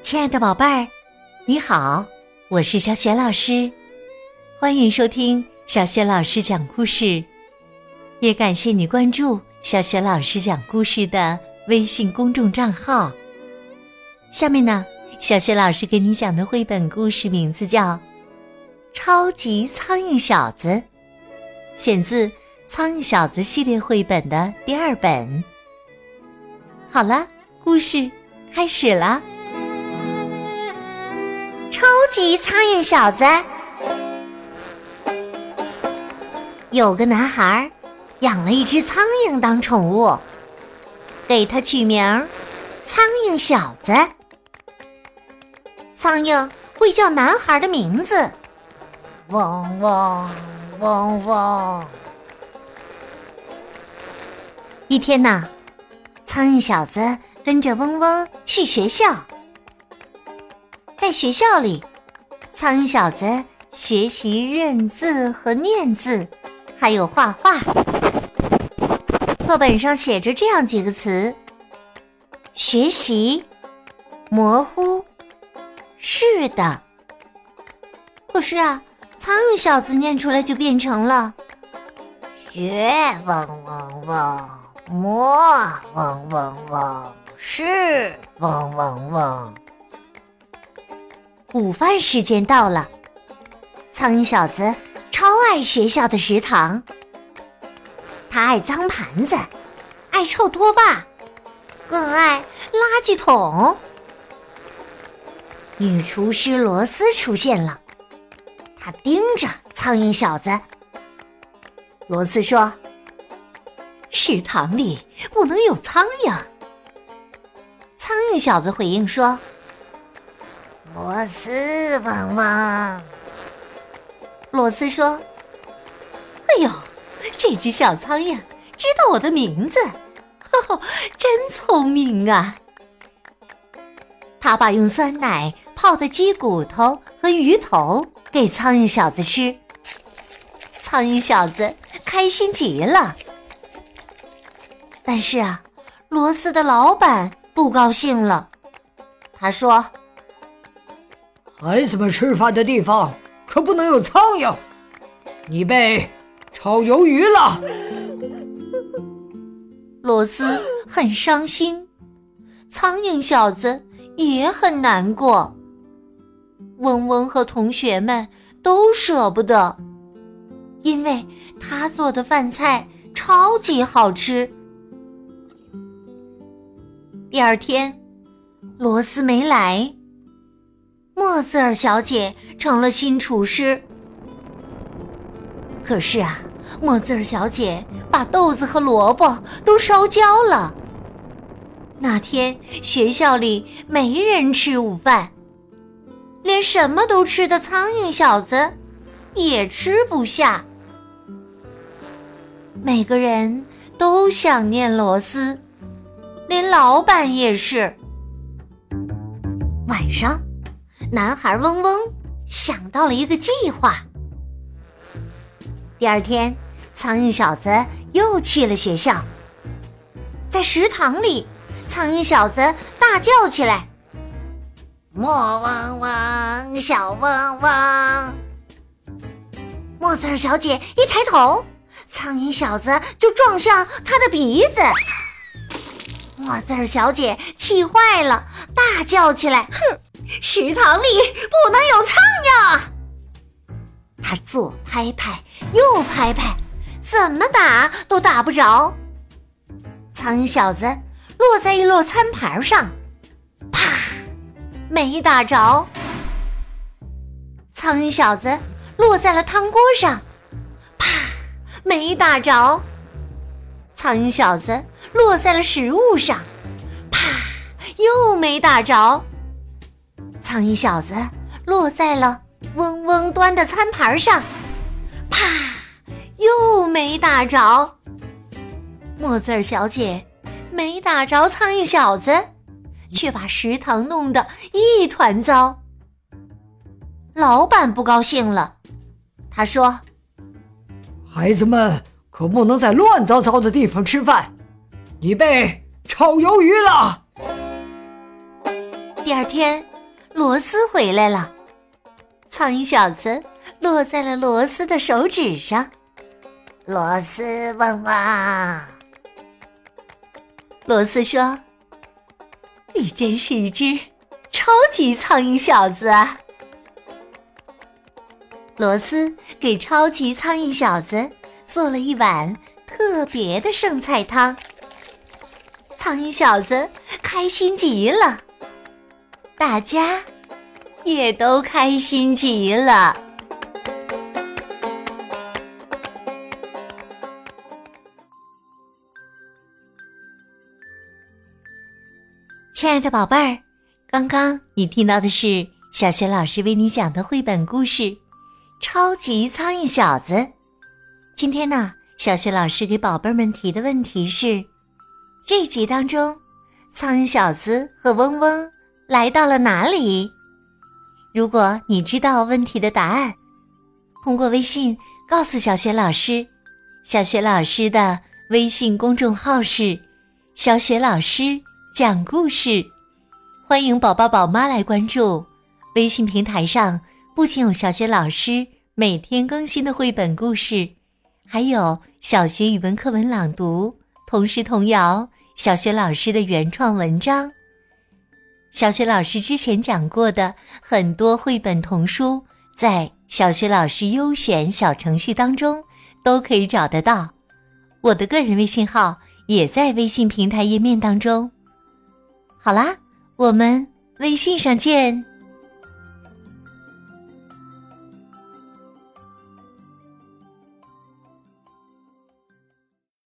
亲爱的宝贝儿，你好，我是小雪老师，欢迎收听小雪老师讲故事，也感谢你关注小雪老师讲故事的微信公众账号。下面呢，小雪老师给你讲的绘本故事名字叫《超级苍蝇小子》，选自《苍蝇小子》系列绘本的第2本。好了，故事开始了。 超级苍蝇小子。有个男孩养了一只苍蝇当宠物，给它取名苍蝇小子。苍蝇会叫男孩的名字，嗡嗡嗡嗡。一天呢，苍蝇小子跟着嗡嗡去学校。在学校里，苍蝇小子学习认字和念字，还有画画。课本上写着这样几个词：学习、模糊、是的。可是啊，苍蝇小子念出来就变成了学嗡嗡嗡，模嗡嗡嗡，是嗡嗡嗡。午饭时间到了，苍蝇小子超爱学校的食堂。他爱脏盘子，爱臭拖把，更爱垃圾桶。女厨师罗斯出现了，她盯着苍蝇小子。罗斯说：“食堂里不能有苍蝇。”苍蝇小子回应说：“罗斯汪汪。”罗斯说：“哎呦，这只小苍蝇知道我的名字，呵呵，真聪明啊！”他把用酸奶泡的鸡骨头和鱼头给苍蝇小子吃，苍蝇小子开心极了。但是啊，罗斯的老板不高兴了，他说：“ 孩子们吃饭的地方可不能有苍蝇，你被炒鱿鱼了。” 罗斯很伤心，苍蝇小子也很难过。嗡嗡和同学们都舍不得，因为他做的饭菜超级好吃。第2天，罗斯没来，莫兹尔小姐成了新厨师。可是啊，莫兹尔小姐把豆子和萝卜都烧焦了。那天学校里没人吃午饭，连什么都吃的苍蝇小子也吃不下。每个人都想念罗斯，连老板也是。晚上，男孩嗡嗡想到了一个计划。第2天，苍蝇小子又去了学校。在食堂里，苍蝇小子大叫起来：“莫嗡嗡，小嗡嗡！”莫兹尔小姐一抬头，苍蝇小子就撞向她的鼻子。莫兹尔小姐气坏了，大叫起来：“哼！食堂里不能有苍蝇！”他左拍拍，右拍拍，怎么打都打不着。苍蝇小子落在一摞餐盘上，啪，没打着。苍蝇小子落在了汤锅上，啪，没打着。苍蝇小子落在了食物上，啪，又没打着。苍蝇小子落在了嗡嗡端的餐盘上，啪，又没打着。莫兹尔小姐没打着苍蝇小子，却把食堂弄得一团糟。老板不高兴了，他说：“ 孩子们可不能在乱糟糟的地方吃饭，你被炒鱿鱼了。” 第2天， 螺丝回来了。苍蝇小子落在了螺丝的手指上。螺丝嗡嗡。螺丝说：“你真是一只超级苍蝇小子啊！”螺丝给超级苍蝇小子做了一碗特别的剩菜汤。苍蝇小子开心极了，大家也都开心极了。 亲爱的宝贝儿，刚刚你听到的是小雪老师为你讲的绘本故事《超级苍蝇小子》。今天呢，小雪老师给宝贝们提的问题是：这集当中，苍蝇小子和嗡嗡来到了哪里？如果你知道问题的答案，通过微信告诉小雪老师。小雪老师的微信公众号是小雪老师讲故事，欢迎宝宝宝妈来关注。微信平台上不仅有小雪老师每天更新的绘本故事，还有小学语文课文朗读、童诗童谣、小雪老师的原创文章。小雪老师之前讲过的很多绘本童书，在小雪老师优选小程序当中都可以找得到。我的个人微信号也在微信平台页面当中。好啦，我们微信上见。